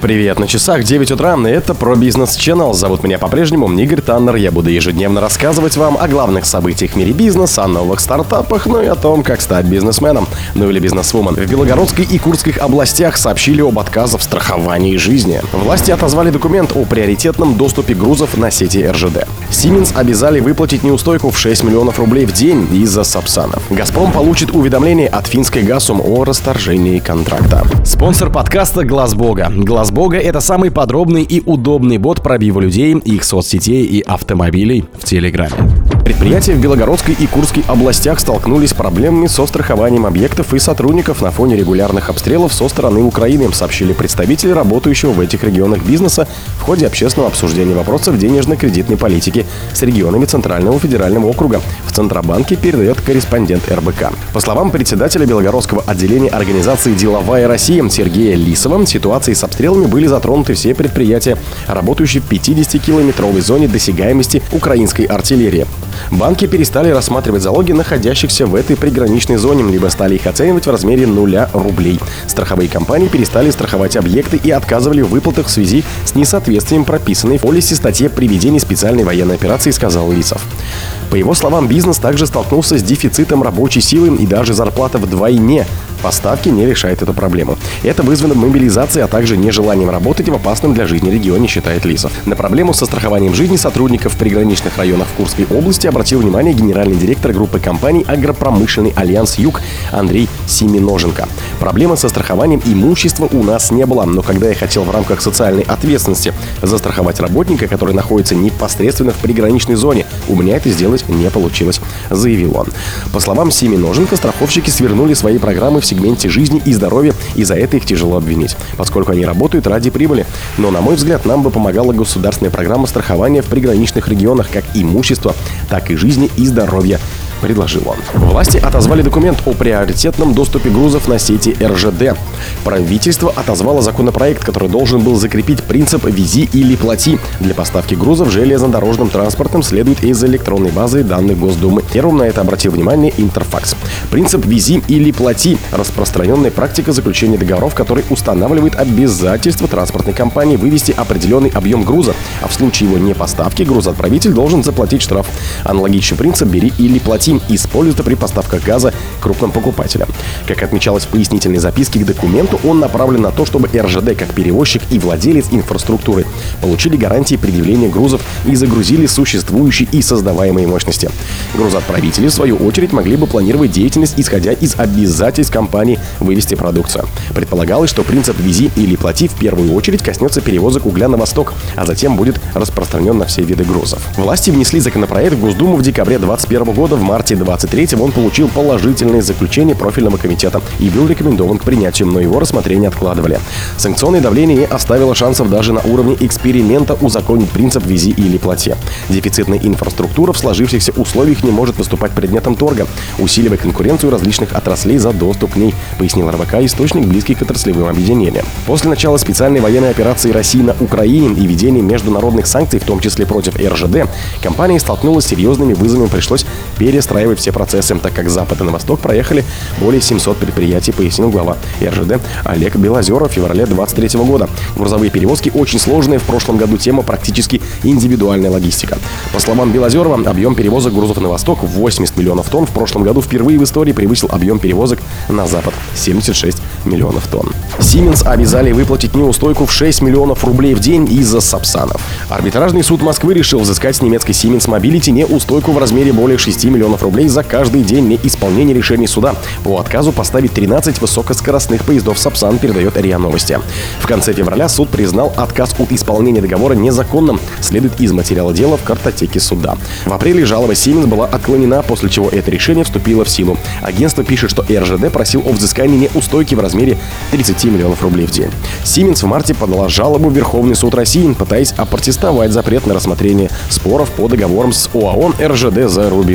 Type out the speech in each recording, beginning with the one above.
Привет, на часах 9 утра, это про бизнес Channel. Зовут меня по-прежнему Игорь Таннер. Я буду ежедневно рассказывать вам о главных событиях в мире бизнеса, о новых стартапах, ну и о том, как стать бизнесменом, ну или бизнесвумен. В Белгородской и Курской областях сообщили об отказе в страховании жизни. Власти отозвали документ о приоритетном доступе грузов на сети РЖД. Siemens обязали выплатить неустойку в 6 миллионов рублей в день из-за сапсанов. Газпром получит уведомление от финской Газум о расторжении контракта. Спонсор подкаста Глаз Бога. Глаз Бога — это самый подробный и удобный бот пробива людей, их соцсетей и автомобилей в Телеграме. Предприятия в Белгородской и Курской областях столкнулись с проблемами со страхованием объектов и сотрудников на фоне регулярных обстрелов со стороны Украины, сообщили представители работающего в этих регионах бизнеса в ходе общественного обсуждения вопросов денежно-кредитной политики с регионами Центрального федерального округа. В Центробанке передает корреспондент РБК. По словам председателя Белгородского отделения организации «Деловая Россия» Сергея Лисова, ситуацией с обстрелами были затронуты все предприятия, работающие в 50-километровой зоне досягаемости украинской артиллерии. Банки перестали рассматривать залоги находящихся в этой приграничной зоне, либо стали их оценивать в размере 0 рублей. Страховые компании перестали страховать объекты и отказывали в выплатах в связи с несоответствием прописанной в полисе статье при ведении специальной военной операции, сказал Лисов. По его словам, бизнес также столкнулся с дефицитом рабочей силы, и даже зарплата вдвойне поставки не решает эту проблему. Это вызвано мобилизацией, а также нежеланием работать в опасном для жизни регионе, считает Лисов. На проблему со страхованием жизни сотрудников в приграничных районах в Курской области обратил внимание генеральный директор группы компаний «Агропромышленный альянс Юг» Андрей Семеноженко. Проблемы со страхованием имущества у нас не было, но когда я хотел в рамках социальной ответственности застраховать работника, который находится непосредственно в приграничной зоне, у меня это сделать не получилось, заявил он. По словам Семеноженко, страховщики свернули свои программы в сегменте жизни и здоровья, и за это их тяжело обвинить, поскольку они работают ради прибыли. Но, на мой взгляд, нам бы помогала государственная программа страхования в приграничных регионах как имущества, так и жизни и здоровья, предложил он. Власти отозвали документ о приоритетном доступе грузов на сети РЖД. Правительство отозвало законопроект, который должен был закрепить принцип «вези или плати». Для поставки грузов железнодорожным транспортом следует из электронной базы данных Госдумы. Первым на это обратил внимание Интерфакс. Принцип «вези или плати» – распространенная практика заключения договоров, который устанавливает обязательство транспортной компании вывести определенный объем груза, а в случае его непоставки грузоотправитель должен заплатить штраф. Аналогичный принцип «бери или плати» используется при поставках газа крупным покупателям. Как отмечалось в пояснительной записке к документу, он направлен на то, чтобы РЖД как перевозчик и владелец инфраструктуры получили гарантии предъявления грузов и загрузили существующие и создаваемые мощности. Грузоотправители, в свою очередь, могли бы планировать деятельность, исходя из обязательств компании вывести продукцию. Предполагалось, что принцип «вези или плати» в первую очередь коснется перевозок угля на восток, а затем будет распространен на все виды грузов. Власти внесли законопроект в Госдуму в декабре 2021 года. В марте 23-го он получил положительное заключение профильного комитета и был рекомендован к принятию, но его рассмотрение откладывали. Санкционное давление не оставило шансов даже на уровне эксперимента узаконить принцип «вези или плати». Дефицитная инфраструктура в сложившихся условиях не может выступать предметом торга, усиливая конкуренцию различных отраслей за доступ к ней, пояснил РБК, источник, близкий к отраслевым объединениям. После начала специальной военной операции России на Украине и введения международных санкций, в том числе против РЖД, компания столкнулась с серьезными вызовами, пришлось перестраивать все процессы, так как с запада на восток проехали более 700 предприятий, пояснил глава РЖД Олег Белозеров в феврале 2023 года. Грузовые перевозки очень сложные, в прошлом году тема практически индивидуальная логистика. По словам Белозерова, объем перевозок грузов на восток 80 миллионов тонн, в прошлом году впервые в истории превысил объем перевозок на запад 76 миллионов тонн. Siemens обязали выплатить неустойку в 6 миллионов рублей в день из-за сапсанов. Арбитражный суд Москвы решил взыскать с немецкой Siemens Mobility неустойку в размере более 6 миллионов рублей за каждый день неисполнения решений суда по отказу поставить 13 высокоскоростных поездов Сапсан, передает РИА Новости. В конце февраля суд признал отказ от исполнения договора незаконным, следует из материала дела в картотеке суда. В апреле жалоба Siemens была отклонена, после чего это решение вступило в силу. Агентство пишет, что РЖД просил о взыскании неустойки в размере 30 миллионов рублей в день. Siemens в марте подала жалобу в Верховный суд России, пытаясь опротестовать запрет на рассмотрение споров по договорам с ОАО РЖД за рубежом.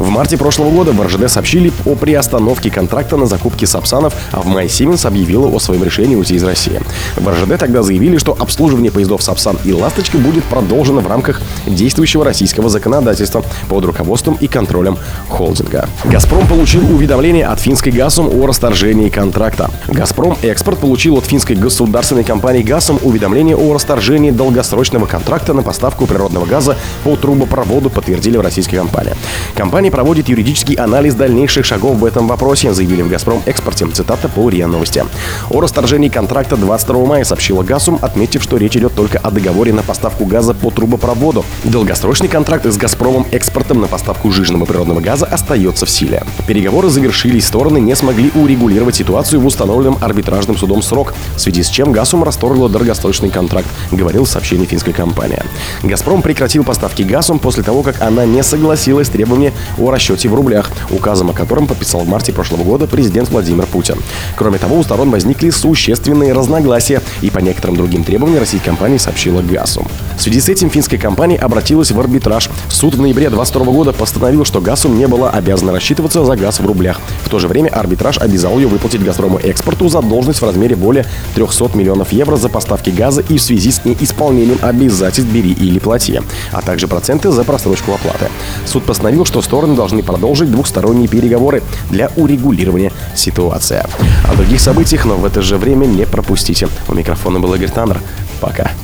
В марте прошлого года в РЖД сообщили о приостановке контракта на закупки сапсанов, а в мае Siemens объявила о своем решении уйти из России. В РЖД тогда заявили, что обслуживание поездов «Сапсан» и «Ласточка» будет продолжено в рамках действующего российского законодательства под руководством и контролем холдинга. «Газпром» получил уведомление от финской «Газум» о расторжении контракта. «Газпром Экспорт» получил от финской государственной компании «Газум» уведомление о расторжении долгосрочного контракта на поставку природного газа по трубопроводу, подтвердили в российской компании. Компания проводит юридический анализ дальнейших шагов в этом вопросе, заявили в «Газпром Экспорте». Цитата по РИА Новости. О расторжении контракта 22 мая сообщила «Газум», отметив, что речь идет только о договоре на поставку газа по трубопроводу. Долгосрочный контракт с «Газпромом Экспортом» на поставку жиженного природного газа остается в силе. Переговоры завершились, стороны не смогли урегулировать ситуацию в установленном арбитражным судом срок, в связи с чем «Газум» расторгла долгосрочный контракт, говорил в сообщении финской компании. «Газпром» прекратил поставки «Газум» после того, как она не согласилась с требованиями о расчете в рублях, указом о котором подписал в марте прошлого года президент Владимир Путин. Кроме того, у сторон возникли существенные разногласия, и по некоторым другим требованиям российской компании сообщила «Газум». В связи с этим финская компания обратилась в арбитраж. Суд в ноябре 2022 года постановил, что «Газум» не была обязана рассчитываться за газ в рублях. В то же время арбитраж обязал ее выплатить «Газпрому Экспорту» задолженность в размере более 300 миллионов евро за поставки газа и в связи с неисполнением обязательств «бери или плати», а также проценты за просрочку оплаты. Суд постановил, что стороны должны продолжить двухсторонние переговоры для урегулирования ситуации. О других событиях, но в это же время не пропустите. У микрофона был Игорь Таннер. Пока.